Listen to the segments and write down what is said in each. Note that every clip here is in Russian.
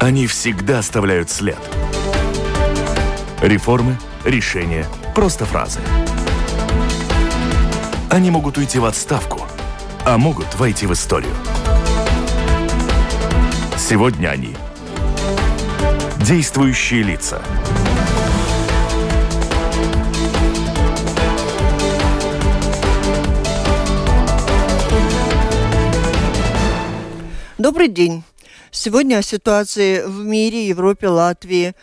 Они всегда оставляют след. Реформы, решения, просто фразы. Они могут уйти в отставку, а могут войти в историю. Сегодня они – действующие лица. Добрый день. Сегодня о ситуации в мире, Европе, Латвии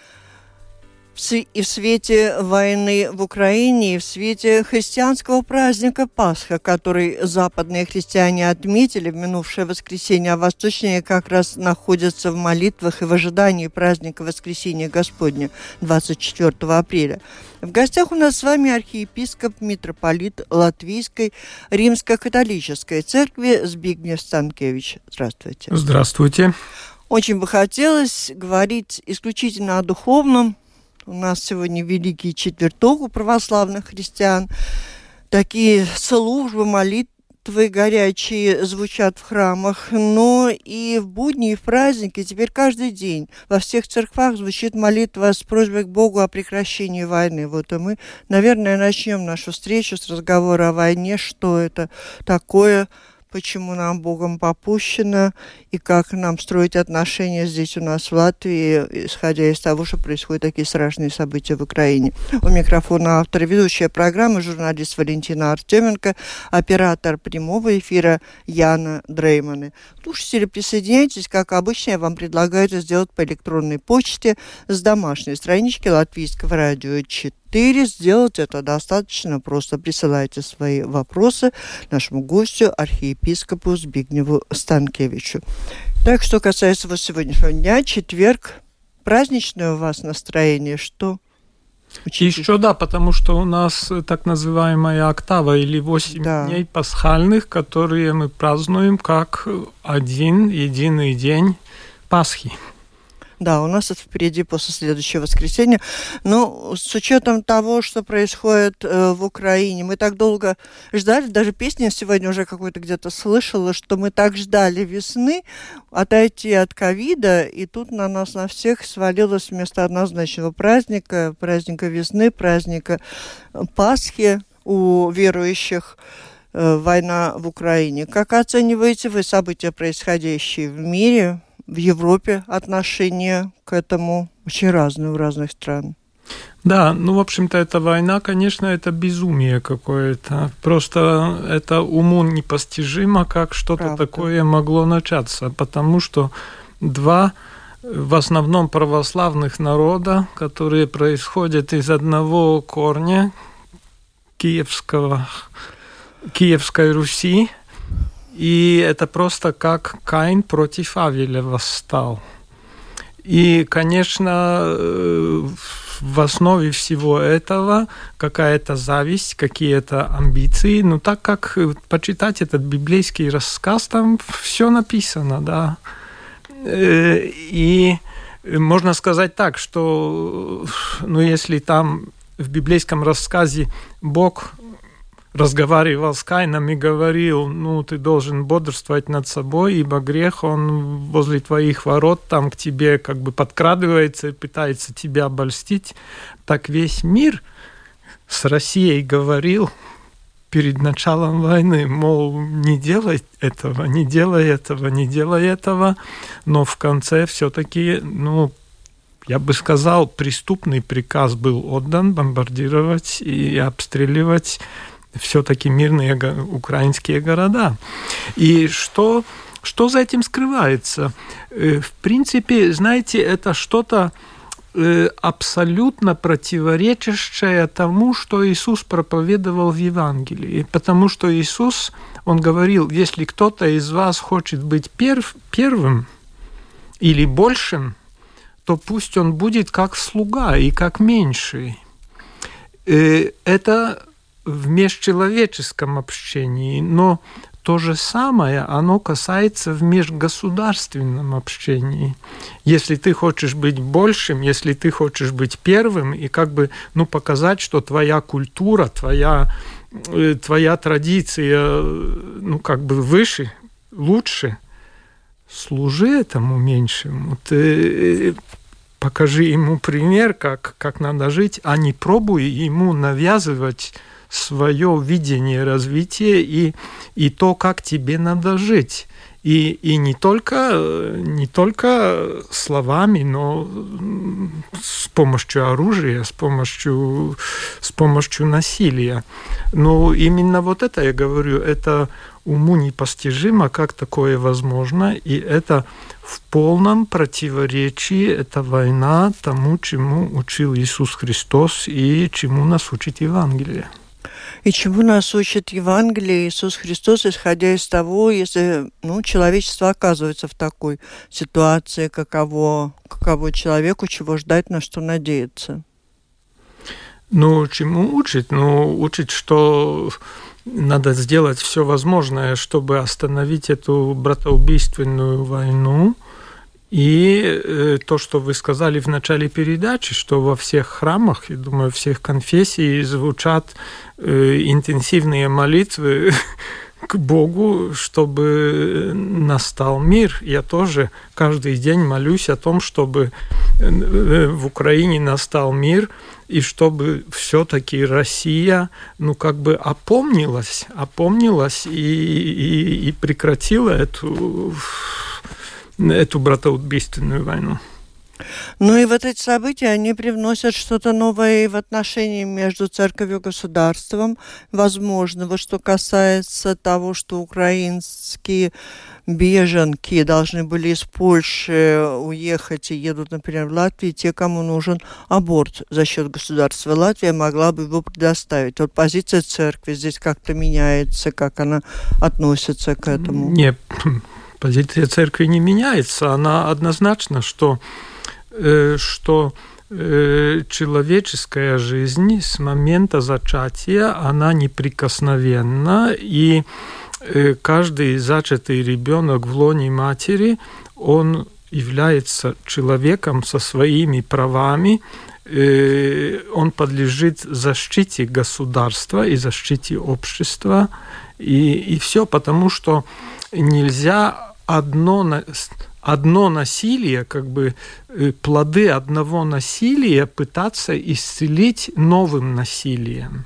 и в свете войны в Украине, и в свете христианского праздника Пасха, который западные христиане отметили в минувшее воскресенье, а восточные как раз находятся в молитвах и в ожидании праздника Воскресения Господня 24 апреля. В гостях у нас с вами архиепископ, митрополит Латвийской Римско-католической церкви Збигнев Станкевич. Здравствуйте. Здравствуйте. Очень бы хотелось говорить исключительно о духовном. У нас сегодня Великий Четверток у православных христиан. Такие службы, молитвы горячие звучат в храмах, но и в будни, и в праздники. Теперь каждый день во всех церквах звучит молитва с просьбой к Богу о прекращении войны. Вот и мы, наверное, начнем нашу встречу с разговора о войне, что это такое, почему нам Богом попущено и как нам строить отношения здесь у нас в Латвии, исходя из того, что происходят такие страшные события в Украине. У микрофона автор и ведущая программы, журналист Валентина Артеменко, оператор прямого эфира Яна Дрейманы. Слушатели, присоединяйтесь. Как обычно, я вам предлагаю это сделать по электронной почте с домашней странички Латвийского радио 4. Сделать это достаточно просто. Присылайте свои вопросы нашему гостю, архиепископу Збигневу Станкевичу. Так, что касается вот сегодняшнего дня, четверг, праздничное у вас настроение, что? Еще да, потому что у нас так называемая октава или 8 дней пасхальных, которые мы празднуем как один единый день Пасхи. Да, у нас это впереди после следующего воскресенья. Но с учетом того, что происходит в Украине, мы так долго ждали, даже песня сегодня уже какой-то где-то слышала, что мы так ждали весны, отойти от ковида, и тут на нас, на всех свалилось вместо однозначного праздника весны, праздника Пасхи у верующих, война в Украине. Как оцениваете вы события, происходящие в мире, в Европе, отношение к этому очень разное в разных странах? Да, в общем-то, эта война, конечно, это безумие какое-то. Просто это уму непостижимо, как что-то такое могло начаться. Потому что два, в основном, православных народа, которые происходят из одного корня Киевской Руси, и это просто как Каин против Авеля восстал. И, конечно, в основе всего этого какая-то зависть, какие-то амбиции. Но так как почитать этот библейский рассказ, там все написано, да. И можно сказать так, что если там в библейском рассказе Бог разговаривал с Каином и говорил, ты должен бодрствовать над собой, ибо грех, он возле твоих ворот, там к тебе как бы подкрадывается и пытается тебя обольстить. Так весь мир с Россией говорил перед началом войны, мол, не делай этого, не делай этого, не делай этого. Но в конце все-таки, я бы сказал, преступный приказ был отдан бомбардировать и обстреливать все-таки мирные украинские города. И что за этим скрывается? В принципе, знаете, это что-то абсолютно противоречащее тому, что Иисус проповедовал в Евангелии. Потому что Иисус, Он говорил, если кто-то из вас хочет быть первым или большим, то пусть он будет как слуга и как меньший. Это в межчеловеческом общении, но то же самое, оно касается в межгосударственном общении. Если ты хочешь быть большим, если ты хочешь быть первым и показать, что твоя культура, твоя традиция, выше, лучше, служи этому меньшему, ты покажи ему пример, как надо жить, а не пробуй ему навязывать свое видение развития и то, как тебе надо жить. И не только словами, но с помощью оружия, с помощью насилия. Но именно вот это я говорю, это уму непостижимо, как такое возможно, и это в полном противоречии, это война тому, чему учил Иисус Христос и чему нас учит Евангелие. И чему нас учит Евангелие Иисус Христос, исходя из того, если человечество оказывается в такой ситуации, каково человеку, чего ждать, на что надеяться? Чему учит? Учит, что надо сделать все возможное, чтобы остановить эту братоубийственную войну. И то, что вы сказали в начале передачи, что во всех храмах, я думаю, всех конфессий звучат интенсивные молитвы к Богу, чтобы настал мир. Я тоже каждый день молюсь о том, чтобы в Украине настал мир, и чтобы все-таки Россия, опомнилась и прекратила эту братоубийственную войну. И вот эти события, они привносят что-то новое в отношении между церковью и государством. Возможно, что касается того, что украинские беженки должны были из Польши уехать и едут, например, в Латвию, те, кому нужен аборт за счет государства. Латвия могла бы его предоставить. Вот позиция церкви здесь как-то меняется, как она относится к этому? Нет, позиция церкви не меняется. Она однозначна, что человеческая жизнь с момента зачатия, она неприкосновенна, и каждый зачатый ребенок в лоне матери, он является человеком со своими правами, он подлежит защите государства и защите общества, и все, потому что нельзя одно насилие, плоды одного насилия пытаться исцелить новым насилием.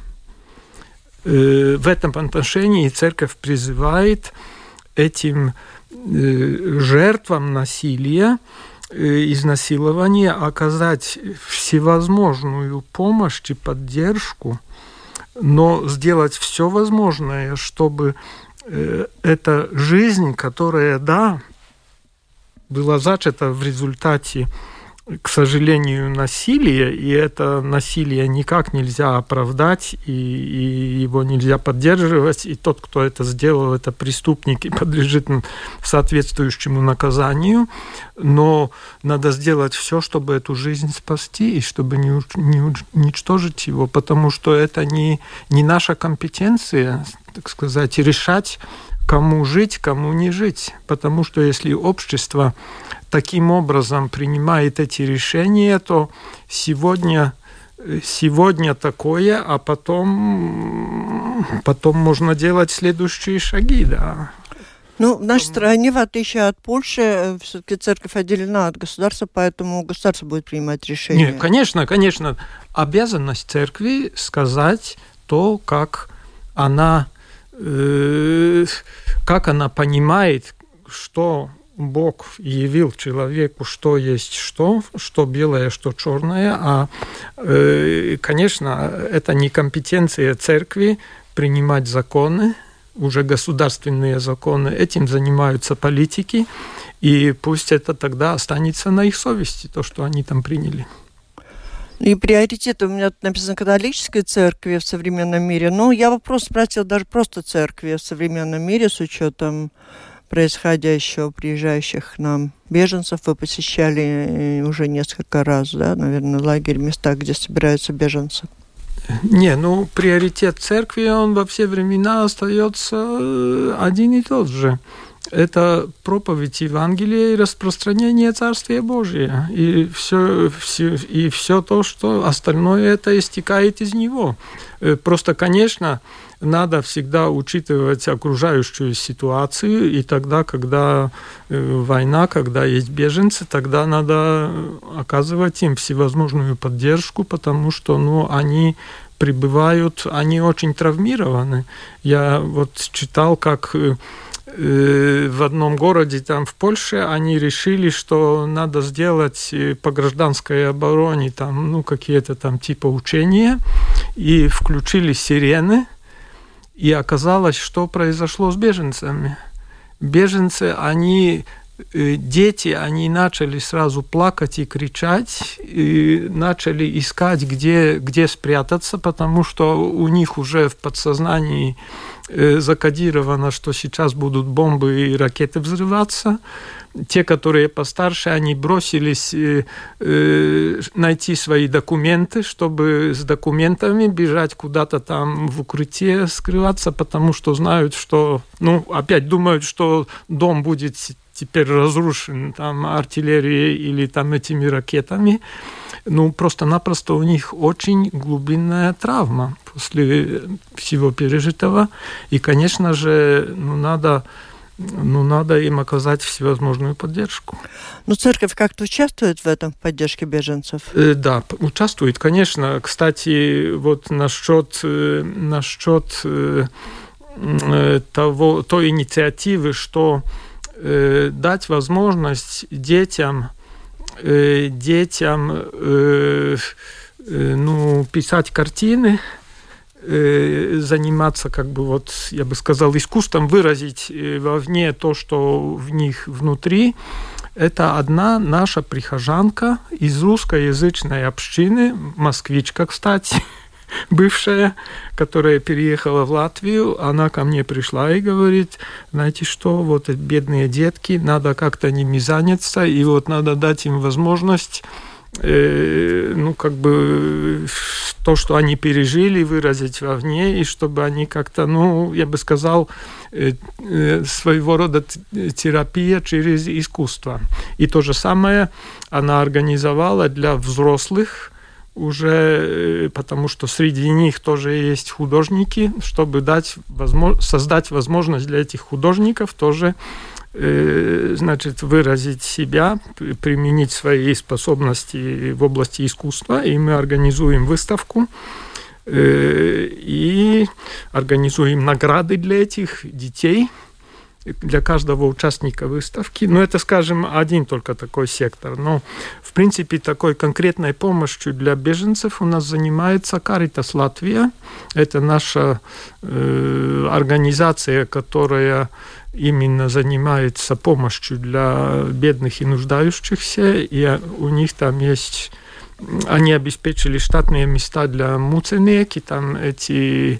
В этом отношении церковь призывает этим жертвам насилия, изнасилования оказать всевозможную помощь и поддержку, но сделать все возможное, чтобы эта жизнь, которая, была зачата в результате, к сожалению, насилия, и это насилие никак нельзя оправдать, и его нельзя поддерживать, и тот, кто это сделал, это преступник и подлежит соответствующему наказанию, но надо сделать все, чтобы эту жизнь спасти, и чтобы не уничтожить его, потому что это не наша компетенция, так сказать, решать, кому жить, кому не жить. Потому что если общество таким образом принимает эти решения, то сегодня такое, а потом можно делать следующие шаги, да. В нашей стране, в отличие от Польши, все-таки церковь отделена от государства, поэтому государство будет принимать решения. Нет, конечно. Обязанность церкви сказать то, как она понимает, что Бог явил человеку, что есть что белое, что черное. Конечно, это не компетенция церкви принимать законы, уже государственные законы. Этим занимаются политики, и пусть это тогда останется на их совести, то, что они там приняли. И приоритеты у меня тут написано католической церкви в современном мире. Я вопрос спросила даже просто церкви в современном мире с учетом происходящего, приезжающих к нам беженцев. Вы посещали уже несколько раз, наверное, лагерь, места, где собираются беженцы. Приоритет церкви, он во все времена остается один и тот же. это проповедь Евангелия и распространение Царствия Божия. И все то, что остальное, это истекает из него. Просто, конечно, надо всегда учитывать окружающую ситуацию, и тогда, когда война, когда есть беженцы, тогда надо оказывать им всевозможную поддержку, потому что они прибывают, они очень травмированы. Я вот читал, как в одном городе там в Польше они решили, что надо сделать по гражданской обороне там, какие-то там типа учения, и включили сирены, и оказалось, что произошло с беженцами. Беженцы, дети, они начали сразу плакать и кричать, и начали искать, где спрятаться, потому что у них уже в подсознании закодировано, что сейчас будут бомбы и ракеты взрываться. Те, которые постарше, они бросились найти свои документы, чтобы с документами бежать куда-то там в укрытие, скрываться, потому что знают, что, опять думают, что дом будет теперь разрушен там артиллерией или там этими ракетами. Просто-напросто у них очень глубинная травма после всего пережитого. И, конечно же, надо им оказать всевозможную поддержку. Церковь как-то участвует в этом, в поддержке беженцев? Да, участвует, конечно. Кстати, вот насчет той инициативы, что дать возможность детям писать картины, заниматься, я бы сказал, искусством выразить вовне то, что в них внутри. Это одна наша прихожанка из русскоязычной общины, москвичка, кстати, бывшая, которая переехала в Латвию, она ко мне пришла и говорит: знаете что, вот бедные детки, надо как-то ними заняться, и вот надо дать им возможность то, что они пережили, выразить вовне, и чтобы они как-то, я бы сказал, своего рода терапия через искусство. И то же самое она организовала для взрослых, уже потому что среди них тоже есть художники, чтобы создать возможность для этих художников тоже выразить себя, применить свои способности в области искусства. И мы организуем выставку и организуем награды для этих детей, для каждого участника выставки. Это, скажем, один только такой сектор. Но, в принципе, такой конкретной помощью для беженцев у нас занимается Caritas Латвия. Это наша организация, которая именно занимается помощью для бедных и нуждающихся. И у них там есть... Они обеспечили штатные места для муценеки, там эти,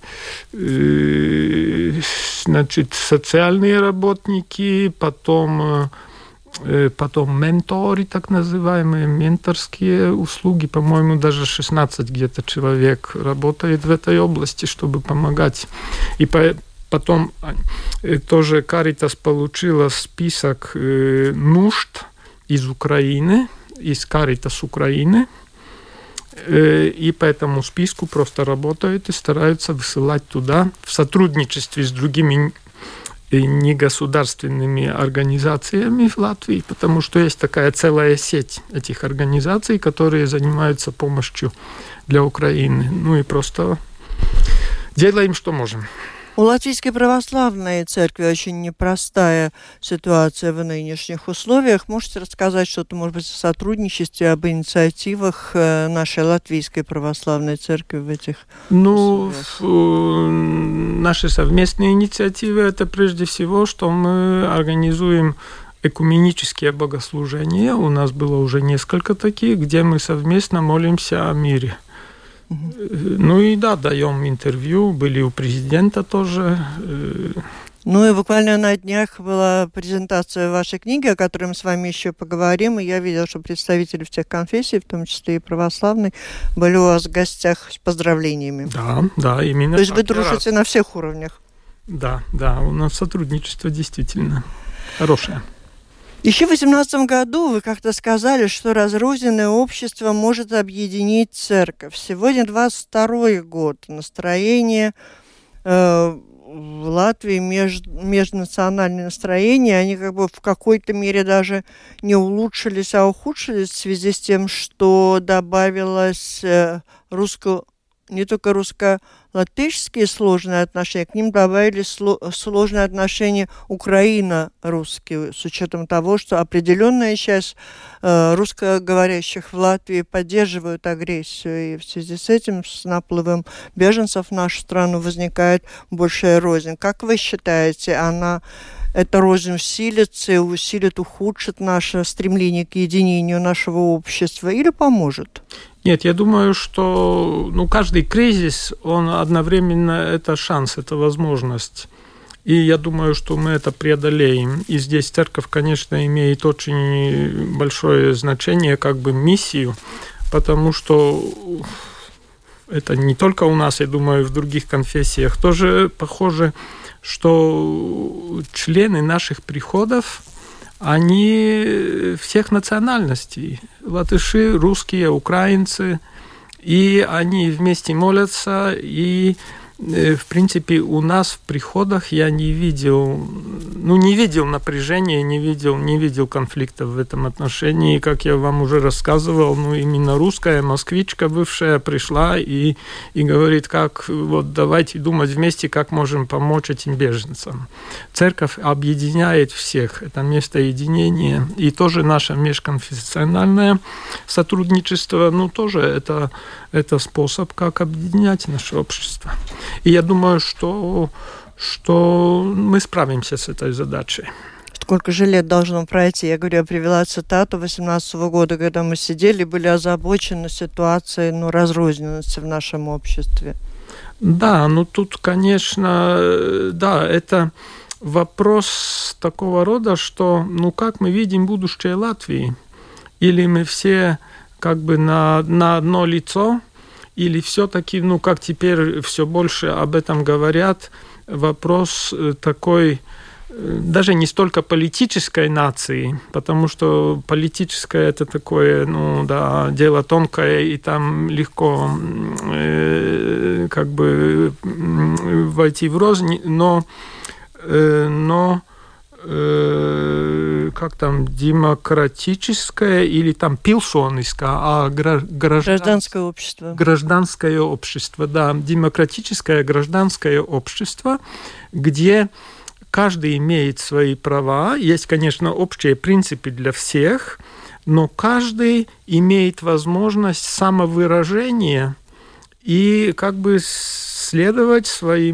социальные работники, потом менторы, так называемые, менторские услуги. По-моему, даже 16 где-то человек работает в этой области, чтобы помогать. И потом тоже Caritas получила список нужд из Украины, из Caritas Украины. И по этому списку просто работают и стараются высылать туда в сотрудничестве с другими негосударственными организациями в Латвии, потому что есть такая целая сеть этих организаций, которые занимаются помощью для Украины. И просто делаем, что можем. У Латвийской православной церкви очень непростая ситуация в нынешних условиях. Можете рассказать что-то, может быть, о сотрудничестве, об инициативах нашей Латвийской православной церкви в этих условиях? Наши совместные инициативы – это прежде всего, что мы организуем экуменические богослужения. У нас было уже несколько таких, где мы совместно молимся о мире. Даем интервью, были у президента тоже. И буквально на днях была презентация вашей книги, о которой мы с вами еще поговорим, и я видела, что представители всех конфессий, в том числе и православной, были у вас в гостях с поздравлениями. Да, именно. То есть вы дружите на всех уровнях? Да, у нас сотрудничество действительно. хорошее. Еще в 2018 году вы как-то сказали, что разрозненное общество может объединить церковь. Сегодня 22-й год. Настроение в Латвии, межнациональные настроения, они как бы в какой-то мере даже не улучшились, а ухудшились в связи с тем, что добавилось не только русско-латышские сложные отношения, к ним добавились сложные отношения украино-русские, с учетом того, что определенная часть русскоговорящих в Латвии поддерживают агрессию, и в связи с этим, с наплывом беженцев в нашу страну возникает большая рознь. Как вы считаете, эта рознь усилится и ухудшит наше стремление к единению нашего общества или поможет? Нет, я думаю, что каждый кризис, он одновременно это шанс, это возможность. И я думаю, что мы это преодолеем. И здесь церковь, конечно, имеет очень большое значение, как бы миссию, потому что это не только у нас, я думаю, в других конфессиях тоже похоже, что члены наших приходов, они всех национальностей, латыши, русские, украинцы, и они вместе молятся, и в принципе у нас в приходах я не видел напряжения, не видел конфликтов в этом отношении. Как я вам уже рассказывал, именно русская москвичка бывшая пришла и говорит, давайте думать вместе, как можем помочь этим беженцам. Церковь объединяет всех, это место единения, и тоже наше межконфессиональное сотрудничество, тоже это способ, как объединять наше общество. И я думаю, что мы справимся с этой задачей. Сколько же лет должно пройти? Я привела цитату 2018 года, когда мы сидели, были озабочены ситуацией разрозненности в нашем обществе. Да, тут, конечно, это вопрос такого рода, что, как мы видим будущее Латвии? Или мы все на одно лицо, или все-таки, как теперь все больше об этом говорят, вопрос такой, даже не столько политической нации, потому что политическое это такое, дело тонкое, и там легко войти в рознь, но демократическое или пилсонское, гражданское общество. Гражданское общество, да. Демократическое гражданское общество, где каждый имеет свои права. Есть, конечно, общие принципы для всех, но каждый имеет возможность самовыражения и следовать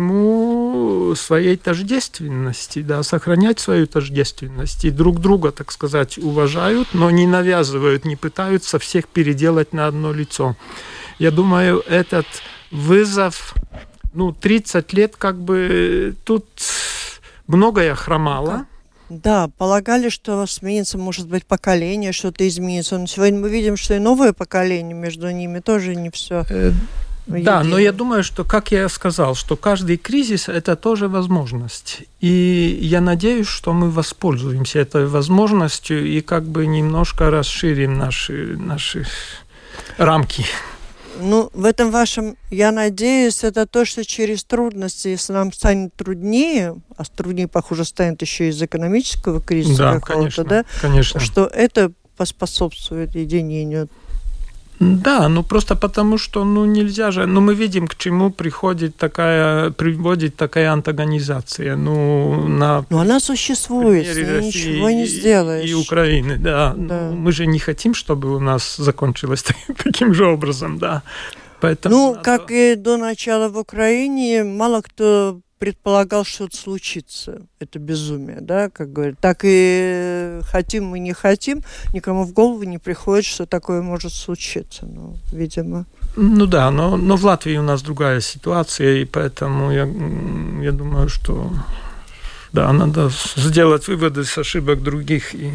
своей тождественности, сохранять свою тождественность. И друг друга, так сказать, уважают, но не навязывают, не пытаются всех переделать на одно лицо. Я думаю, этот вызов, 30 лет тут многое хромало. Да, полагали, что сменится, может быть, поколение, что-то изменится. Но сегодня мы видим, что и новое поколение, между ними тоже не все. Да, но я думаю, что, как я сказал, что каждый кризис – это тоже возможность. И я надеюсь, что мы воспользуемся этой возможностью и немножко расширим наши рамки. В этом вашем, я надеюсь, это то, что через трудности, если нам станет труднее, а труднее, похоже, станет еще из экономического кризиса какого-то, конечно. Что это поспособствует единению. Да, просто потому, что нельзя же, мы видим, к чему приводит такая антагонизация. Она существует, с ней ничего не сделаешь. И Украины, да. Мы же не хотим, чтобы у нас закончилось таким же образом, да. Поэтому как и до начала в Украине, мало кто предполагал, что это случится. Это безумие, как говорят. Так и хотим мы, не хотим, никому в голову не приходит, что такое может случиться. Видимо. Но в Латвии у нас другая ситуация, и поэтому я думаю, что надо сделать выводы с ошибок других и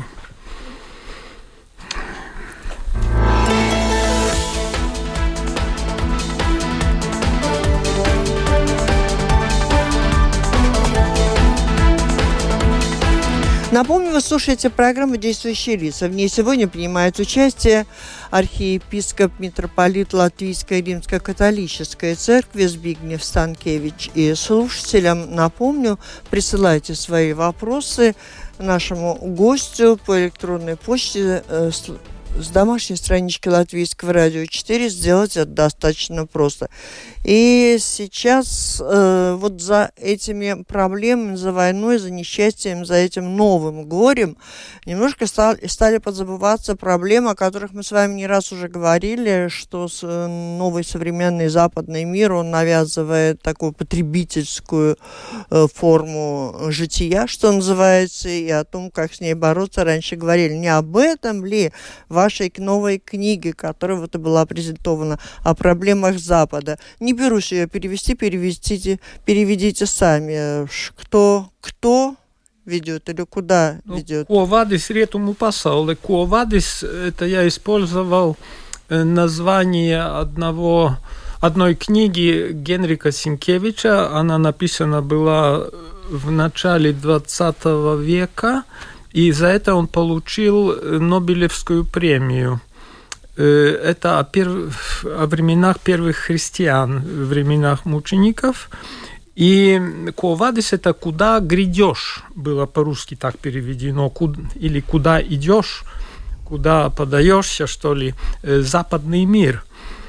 Напомню, вы слушаете программу «Действующие лица». В ней сегодня принимает участие архиепископ, митрополит Латвийской римско-католической церкви Збигнев Станкевич. И слушателям напомню, присылайте свои вопросы нашему гостю по электронной почте с домашней странички Латвийского радио 4. Сделать это достаточно просто. И сейчас вот за этими проблемами, за войной, за несчастьем, за этим новым горем немножко стали подзабываться проблемы, о которых мы с вами не раз уже говорили, что новый современный западный мир, он навязывает такую потребительскую форму жития, что называется, и о том, как с ней бороться. Раньше говорили, не об этом ли вашей новой книге, которая вот и была презентована, о проблемах Запада. Не берусь ее перевести, переведите сами. Кто ведет или куда ведет? Ковадис ретуму пасауле. Ковадис, это я использовал название одной книги Генрика Синкевича. Она написана была в начале 20 века, и за это он получил Нобелевскую премию. Это о временах первых христиан, временах мучеников. И «Ковадис» — это «куда грядешь», было по-русски так переведено, или «куда идешь», «куда подаешься», что ли, западный мир.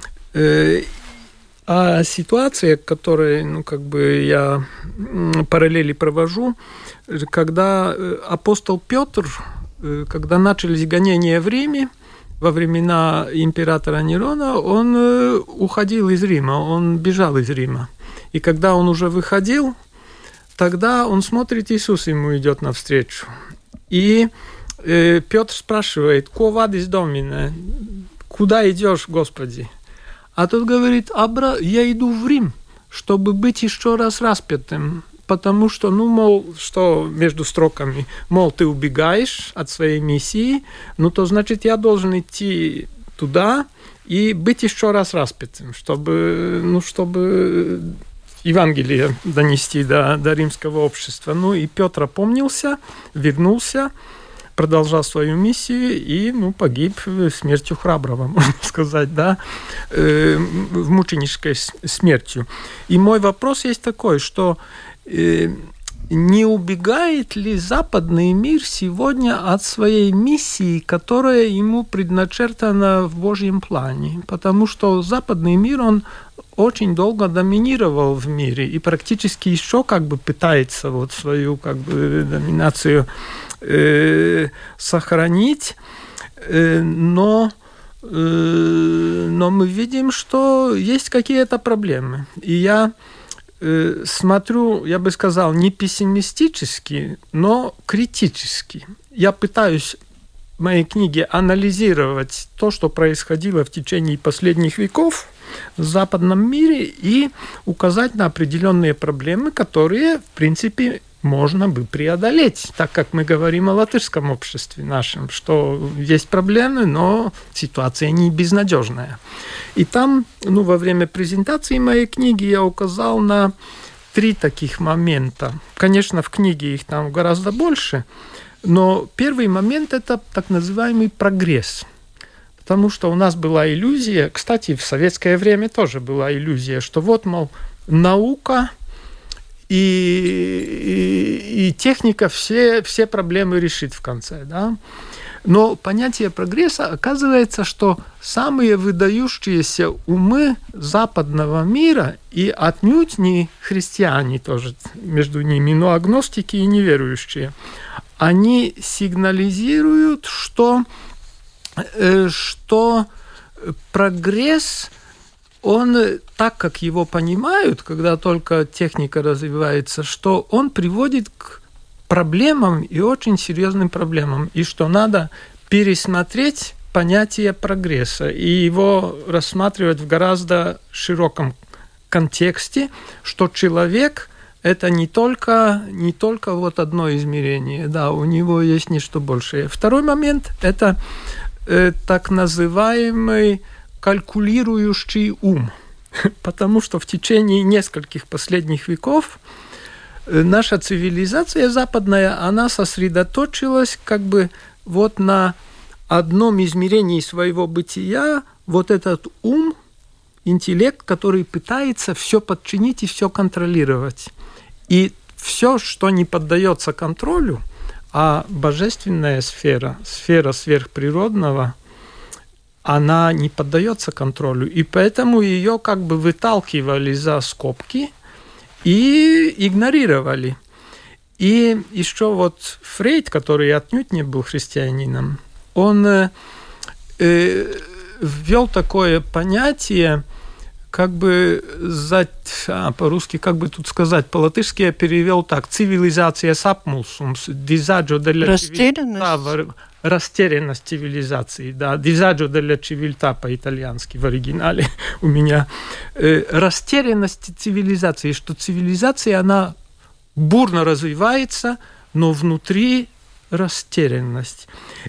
А ситуация, к которой, я параллели провожу, когда апостол Петр, когда начались гонения в Риме, во времена императора Нерона, он уходил из Рима, он бежал из Рима. И когда он уже выходил, тогда он смотрит, Иисус ему идет навстречу. И Петр спрашивает: «Ко вадис домине?» «Куда идешь, Господи?» А тот говорит: «Я иду в Рим, чтобы быть еще раз распятым». Потому что, что между строками, ты убегаешь от своей миссии, то значит, я должен идти туда и быть еще раз распятым, чтобы Евангелие донести до римского общества. И Петр опомнился, вернулся, продолжал свою миссию и погиб смертью храброго, можно сказать, в мученической смертью. И мой вопрос есть такой, что не убегает ли западный мир сегодня от своей миссии, которая ему предначертана в Божьем плане? Потому что западный мир, он очень долго доминировал в мире и практически еще пытается свою доминацию сохранить, но мы видим, что есть какие-то проблемы. И я смотрю, я бы сказал, не пессимистически, но критически. Я пытаюсь в моей книге анализировать то, что происходило в течение последних веков в западном мире, и указать на определенные проблемы, которые, в принципе, можно бы преодолеть, так как мы говорим о латышском обществе нашем, что есть проблемы, но ситуация не безнадежная. И там, во время презентации моей книги я указал на 3 таких момента. Конечно, в книге их там гораздо больше, но первый момент – это так называемый прогресс. Потому что у нас была иллюзия, кстати, в советское время тоже была иллюзия, что наука и техника все проблемы решит в конце, да? Но понятие прогресса, оказывается, что самые выдающиеся умы западного мира, и отнюдь не христиане тоже между ними, но агностики и неверующие, они сигнализируют, что прогресс, он, так как его понимают, когда только техника развивается, что он приводит к проблемам и очень серьезным проблемам, и что надо пересмотреть понятие прогресса и его рассматривать в гораздо широком контексте, что человек – это не только одно измерение, да, у него есть нечто большее. Второй момент – это так называемый калькулирующий ум, потому что в течение нескольких последних веков наша цивилизация западная, она сосредоточилась как бы вот на одном измерении своего бытия, вот этот ум, интеллект, который пытается все подчинить и все контролировать. И все, что не поддается контролю, а божественная сфера, сфера сверхприродного, она не поддается контролю. И поэтому ее как бы выталкивали за скобки и игнорировали. И еще вот Фрейд, который отнюдь не был христианином, он ввел такое понятие, как бы по-русски, как бы тут сказать, по-латышски я перевел так: цивилизация сапмулсумс, дизаджо для растерянность цивилизации, да, дизаджо для цивильта по-итальянски в оригинале у меня. Растерянность цивилизации, что цивилизация, она бурно развивается, но внутри растерянность.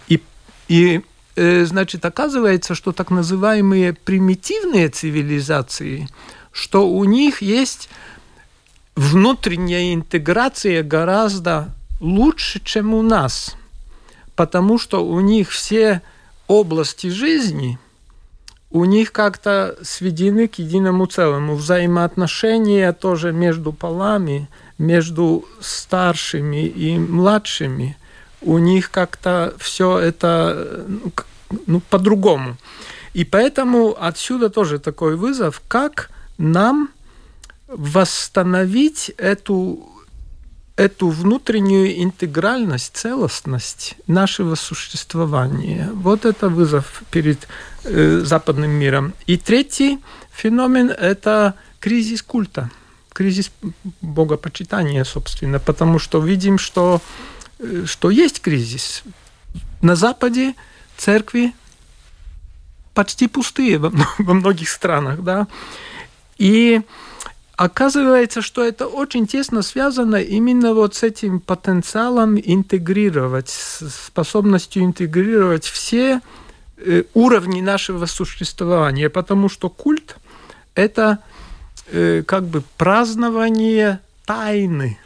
И значит, оказывается, что так называемые примитивные цивилизации, что у них есть внутренняя интеграция гораздо лучше, чем у нас, потому что у них все области жизни, у них как-то сведены к единому целому. Взаимоотношения тоже между полами, между старшими и младшими, у них как-то все это по-другому. И поэтому отсюда тоже такой вызов, как нам восстановить эту внутреннюю интегральность, целостность нашего существования. Вот это вызов перед западным миром. И третий феномен – это кризис культа, кризис богопочитания, собственно, потому что видим, что есть кризис. На Западе церкви почти пустые во многих странах, да. И оказывается, что это очень тесно связано именно вот с этим потенциалом интегрировать, способностью интегрировать все уровни нашего существования, потому что культ – это как бы празднование тайны,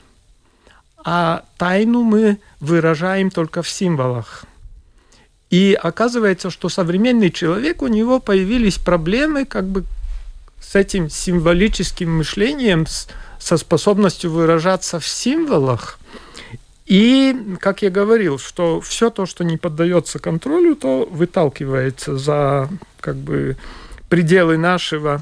а тайну мы выражаем только в символах. И оказывается, что современный человек, у него появились проблемы как бы с этим символическим мышлением, со способностью выражаться в символах. И, как я говорил, что все то, что не поддается контролю, то выталкивается за как бы пределы нашей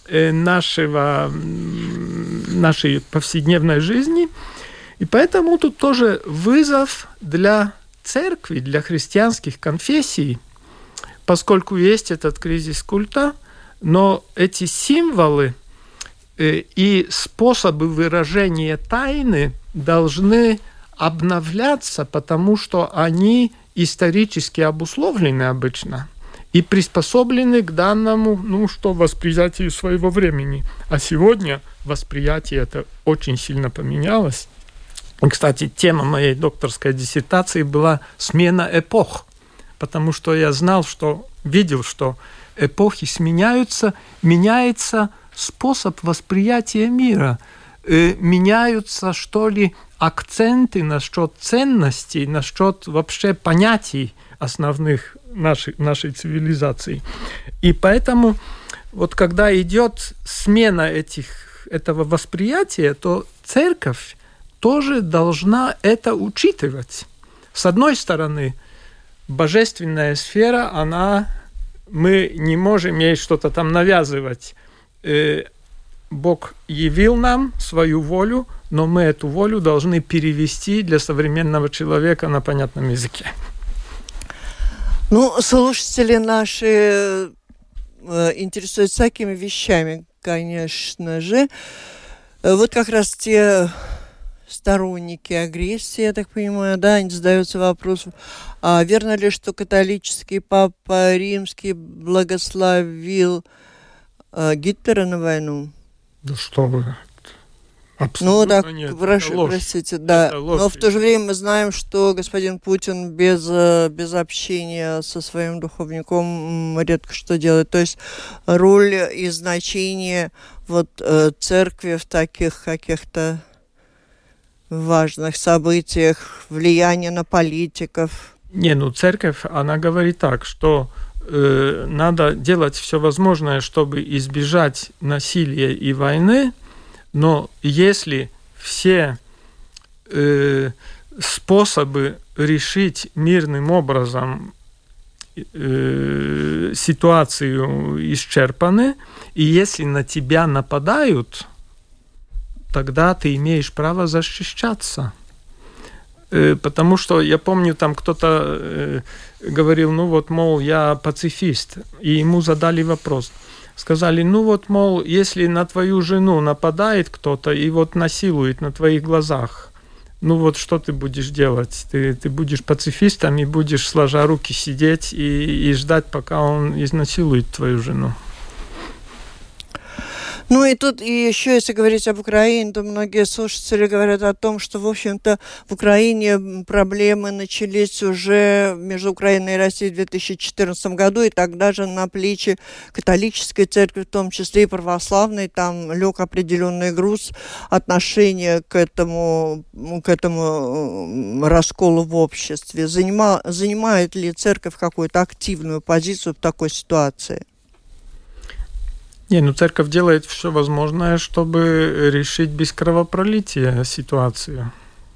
повседневной жизни. И поэтому тут тоже вызов для церкви, для христианских конфессий, поскольку есть этот кризис культа, но эти символы и способы выражения тайны должны обновляться, потому что они исторически обусловлены обычно и приспособлены к данному, восприятию своего времени. А сегодня восприятие это очень сильно поменялось. И, кстати, тема моей докторской диссертации была «Смена эпох», потому что я видел, что эпохи сменяются, меняется способ восприятия мира, меняются, акценты насчет ценностей, насчет вообще понятий основных нашей цивилизации. И поэтому вот когда идет смена этого восприятия, то церковь тоже должна это учитывать. С одной стороны, божественная сфера, мы не можем ей что-то там навязывать. Бог явил нам свою волю, но мы эту волю должны перевести для современного человека на понятном языке. Слушатели наши интересуются всякими вещами, конечно же. Вот как раз те сторонники агрессии, я так понимаю, да, они задаются вопросом, а верно ли, что католический папа римский благословил Гитлера на войну? Да что вы, абсолютно нет. Простите, да. Но в то же время мы знаем, что господин Путин без общения со своим духовником редко что делает. То есть роль и значение церкви в таких каких-то важных событиях, влияние на политиков? Церковь, она говорит так, что надо делать все возможное, чтобы избежать насилия и войны, но если все способы решить мирным образом ситуацию исчерпаны, и если на тебя нападают, тогда ты имеешь право защищаться. Потому что я помню, там кто-то говорил, мол, я пацифист, и ему задали вопрос. Сказали, мол, если на твою жену нападает кто-то и насилует на твоих глазах, что ты будешь делать? Ты будешь пацифистом и будешь, сложа руки, сидеть и ждать, пока он изнасилует твою жену. И тут и еще, если говорить об Украине, то многие слушатели говорят о том, что, в общем-то, в Украине проблемы начались уже между Украиной и Россией в 2014 году, и тогда же на плечи католической церкви, в том числе и православной, там лег определенный груз отношения к этому расколу в обществе. Занимает ли церковь какую-то активную позицию в такой ситуации? Церковь делает все возможное, чтобы решить без кровопролития ситуацию.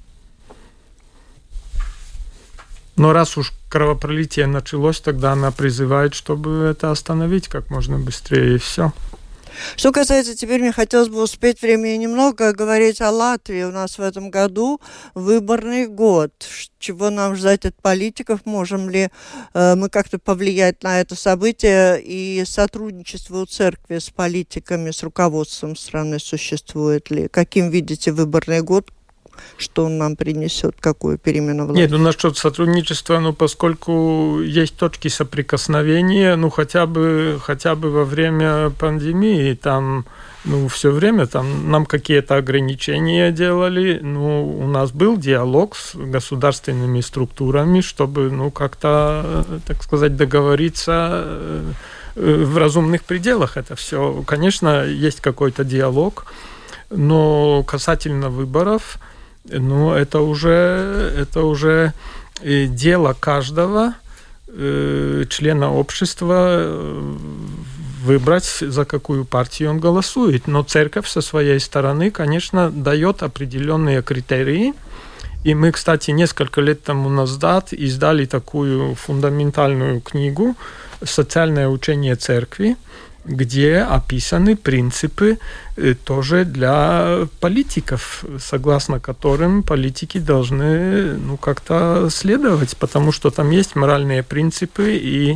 Но раз уж кровопролитие началось, тогда она призывает, чтобы это остановить как можно быстрее, и все. Что касается, теперь мне хотелось бы успеть времени немного говорить о Латвии. У нас в этом году выборный год. Чего нам ждать от политиков? Можем ли мы как-то повлиять на это событие? И сотрудничество у церкви с политиками, с руководством страны существует ли? Каким видите выборный год? Что он нам принесет, какую перемену власти? Насчет сотрудничества, поскольку есть точки соприкосновения, хотя бы во время пандемии, там, все время там нам какие-то ограничения делали, у нас был диалог с государственными структурами, чтобы, как-то, так сказать, договориться в разумных пределах. Это все, конечно, есть какой-то диалог, но касательно выборов, это уже дело каждого члена общества выбрать, за какую партию он голосует. Но церковь со своей стороны, конечно, дает определенные критерии. И мы, кстати, несколько лет тому назад издали такую фундаментальную книгу «Социальное учение церкви», где описаны принципы тоже для политиков, согласно которым политики должны как-то следовать, потому что там есть моральные принципы, и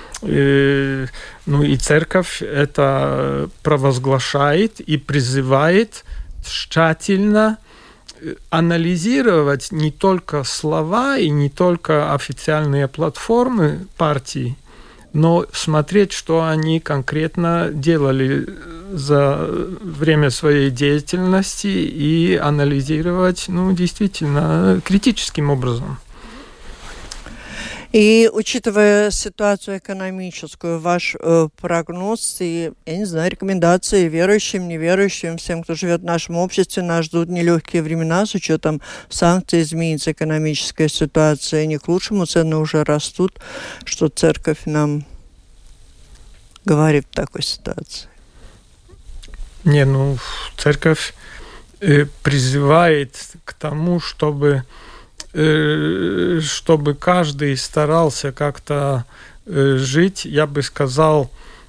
церковь это провозглашает и призывает тщательно анализировать не только слова и не только официальные платформы партий, но смотреть, что они конкретно делали за время своей деятельности и анализировать, действительно, критическим образом. И учитывая ситуацию экономическую, ваш прогноз и, я не знаю, рекомендации верующим, неверующим, всем, кто живет в нашем обществе, нас ждут нелегкие времена с учетом санкций, изменится экономическая ситуация не к лучшему, цены уже растут. Что церковь нам говорит в такой ситуации? Церковь призывает к тому, чтобы каждый старался как-то жить, я бы сказал,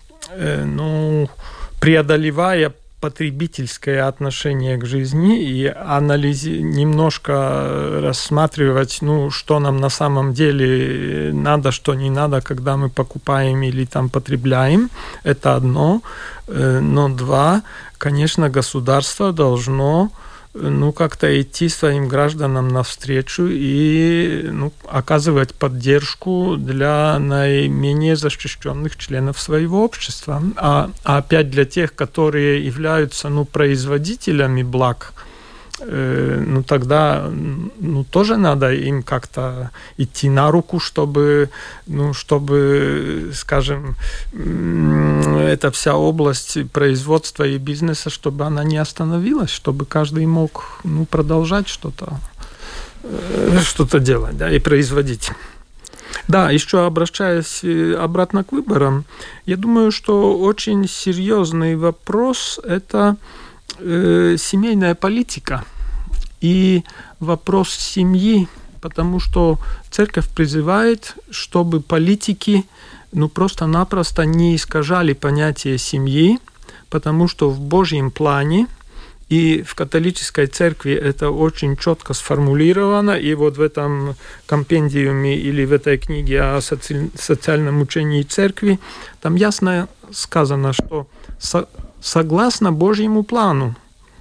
преодолевая потребительское отношение к жизни и немножко рассматривать, что нам на самом деле надо, что не надо, когда мы покупаем или там потребляем. Это одно. Но два, конечно, государство должно как-то идти своим гражданам навстречу и оказывать поддержку для наименее защищенных членов своего общества. А опять для тех, которые являются производителями благ, ну, тогда тоже надо им как-то идти на руку, чтобы, скажем, эта вся область производства и бизнеса, чтобы она не остановилась, чтобы каждый мог продолжать что-то делать, да, и производить. Да, еще обращаясь обратно к выборам, я думаю, что очень серьезный вопрос – это семейная политика и вопрос семьи, потому что церковь призывает, чтобы политики просто-напросто не искажали понятие семьи, потому что в Божьем плане и в католической церкви это очень четко сформулировано, и вот в этом компендиуме или в этой книге о социальном учении церкви там ясно сказано, что согласно Божьему плану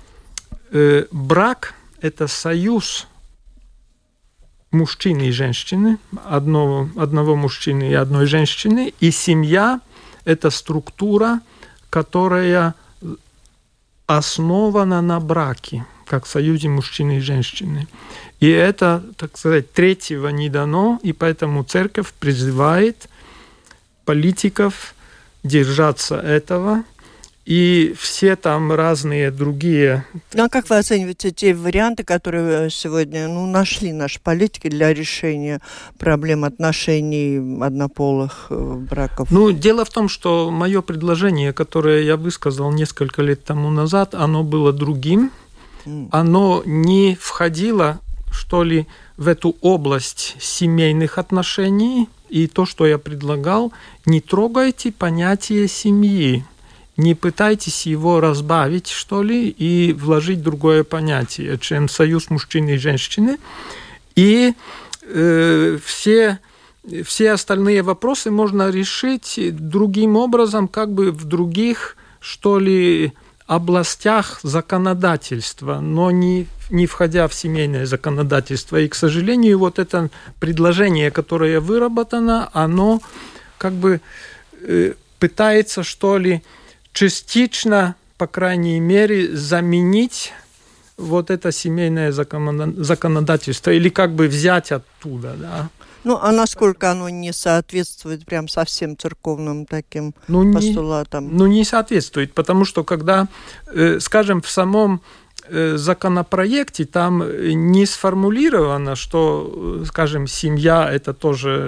брак – это союз мужчины и женщины, одного мужчины и одной женщины, и семья – это структура, которая основана на браке, как в союзе мужчины и женщины. И это, так сказать, третьего не дано, и поэтому церковь призывает политиков держаться этого, и все там разные другие... Ну, а как вы оцениваете те варианты, которые сегодня нашли наши политики для решения проблем отношений однополых браков? Дело в том, что мое предложение, которое я высказал несколько лет тому назад, оно было другим. Оно не входило, что ли, в эту область семейных отношений. И то, что я предлагал, не трогайте понятие семьи. Не пытайтесь его разбавить, что ли, и вложить другое понятие, чем союз мужчины и женщины. И все остальные вопросы можно решить другим образом, как бы в других, что ли, областях законодательства, но не входя в семейное законодательство. И, к сожалению, вот это предложение, которое выработано, оно как бы пытается, что ли, частично, по крайней мере, заменить вот это семейное законодательство или как бы взять оттуда, да. А насколько оно не соответствует прям совсем церковным таким постулатам? Не соответствует, потому что когда, скажем, в самом законопроекте там не сформулировано, что, скажем, семья – это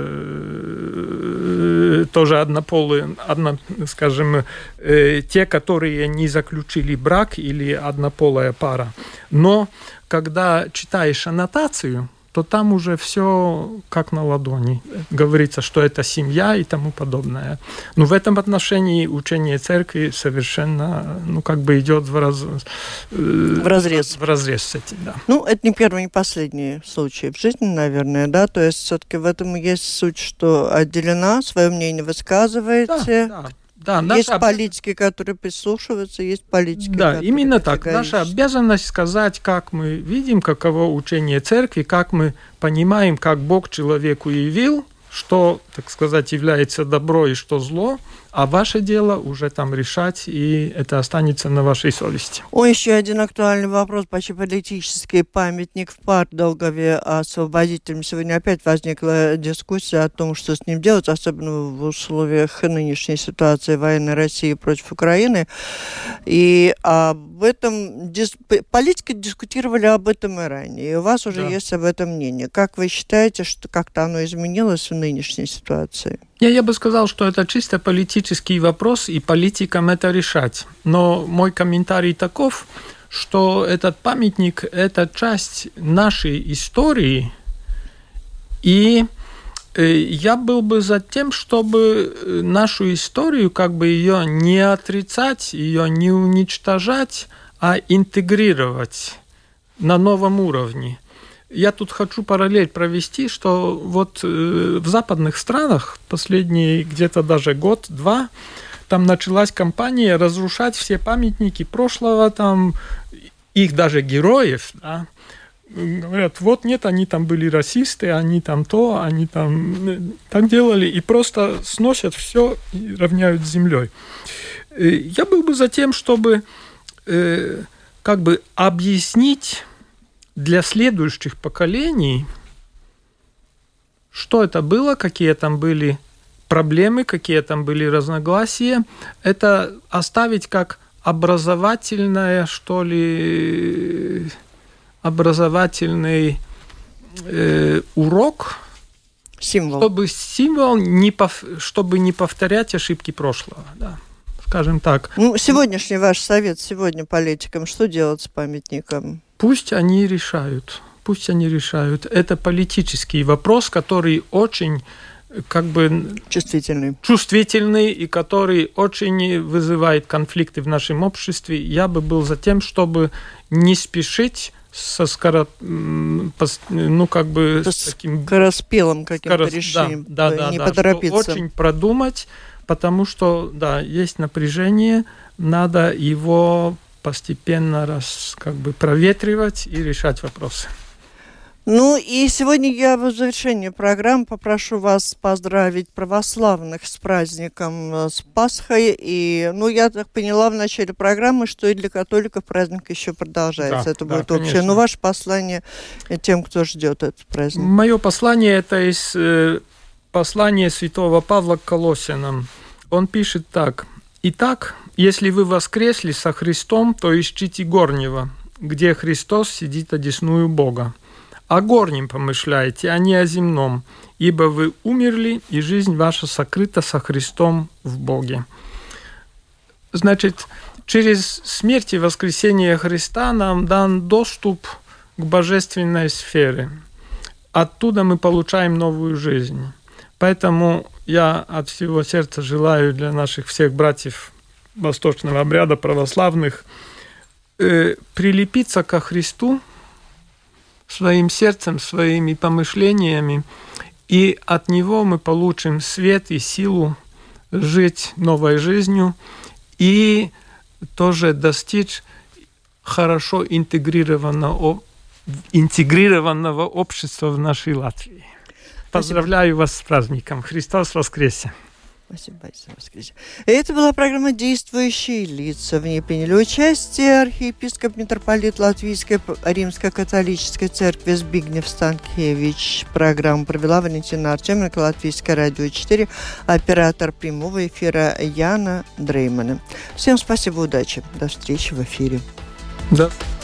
тоже однополые, скажем, те, которые не заключили брак или однополая пара. Но когда читаешь аннотацию, то там уже все как на ладони. Говорится, что это семья и тому подобное. Но в этом отношении учение церкви совершенно, как бы идет в разрез. В разрез с этим, да. Это не первый, не последний случай в жизни, наверное, да? То есть все-таки в этом есть суть, что отделена, свое мнение высказываете. Да, есть политики, которые прислушиваются, есть политики, которые именно так. Наша обязанность сказать, как мы видим, каково учение церкви, как мы понимаем, как Бог человеку явил, что, так сказать, является добро и что зло, а ваше дело уже там решать, и это останется на вашей совести. Еще один актуальный вопрос, почти политический памятник в Пардолгове освободителям. Сегодня опять возникла дискуссия о том, что с ним делать, особенно в условиях нынешней ситуации военной России против Украины. И об этом политики дискутировали об этом и ранее. И у вас уже есть об этом мнение. Как вы считаете, что как-то оно изменилось в нынешней ситуации? Я бы сказал, что это чисто политический вопрос, и политикам это решать. Но мой комментарий таков, что этот памятник – это часть нашей истории, и я был бы за тем, чтобы нашу историю, как бы ее не отрицать, ее не уничтожать, а интегрировать на новом уровне. Я тут хочу параллель провести, что вот в западных странах последние где-то даже год-два там началась кампания разрушать все памятники прошлого, там их даже героев, да. Говорят, вот нет, они там были расисты, они там то, они там так делали, и просто сносят все и равняют с землей. Я был бы за тем, чтобы как бы объяснить для следующих поколений, что это было, какие там были проблемы, какие там были разногласия, это оставить как образовательное, что ли, образовательный урок, Символ. чтобы не повторять ошибки прошлого, да, скажем так. Ну, сегодняшний ваш совет, сегодня политикам, что делать с памятником? Пусть они решают. Это политический вопрос, который очень чувствительный и который очень вызывает конфликты в нашем обществе. Я бы был за тем, чтобы не спешить со скороспелым каким-то решением, не поторопиться. Очень продумать, потому что, да, есть напряжение, надо его постепенно проветривать и решать вопросы. Ну и сегодня я в завершении программы попрошу вас поздравить православных с праздником, с Пасхой. И, я так поняла в начале программы, что и для католиков праздник еще продолжается. Это будет общее. Конечно. Но ваше послание тем, кто ждет этот праздник. Мое послание – это из послания святого Павла к Колоссянам. Он пишет так. «Итак, если вы воскресли со Христом, то ищите горнего, где Христос сидит одесную Бога. О горнем помышляйте, а не о земном, ибо вы умерли, и жизнь ваша сокрыта со Христом в Боге». Значит, через смерть и воскресение Христа нам дан доступ к божественной сфере. Оттуда мы получаем новую жизнь. Поэтому я от всего сердца желаю для наших всех братьев восточного обряда, православных, прилепиться ко Христу своим сердцем, своими помышлениями, и от Него мы получим свет и силу жить новой жизнью и тоже достичь хорошо интегрированного общества в нашей Латвии. Поздравляю вас с праздником. Христос воскресе! Спасибо за воскресенье. Это была программа «Действующие лица». В ней приняли участие архиепископ митрополит Латвийской римско-католической церкви Збигнев Станкевич. Программу провела Валентина Артеменко, Латвийское радио 4, оператор прямого эфира Яна Дреймана. Всем спасибо, удачи. До встречи в эфире. Да.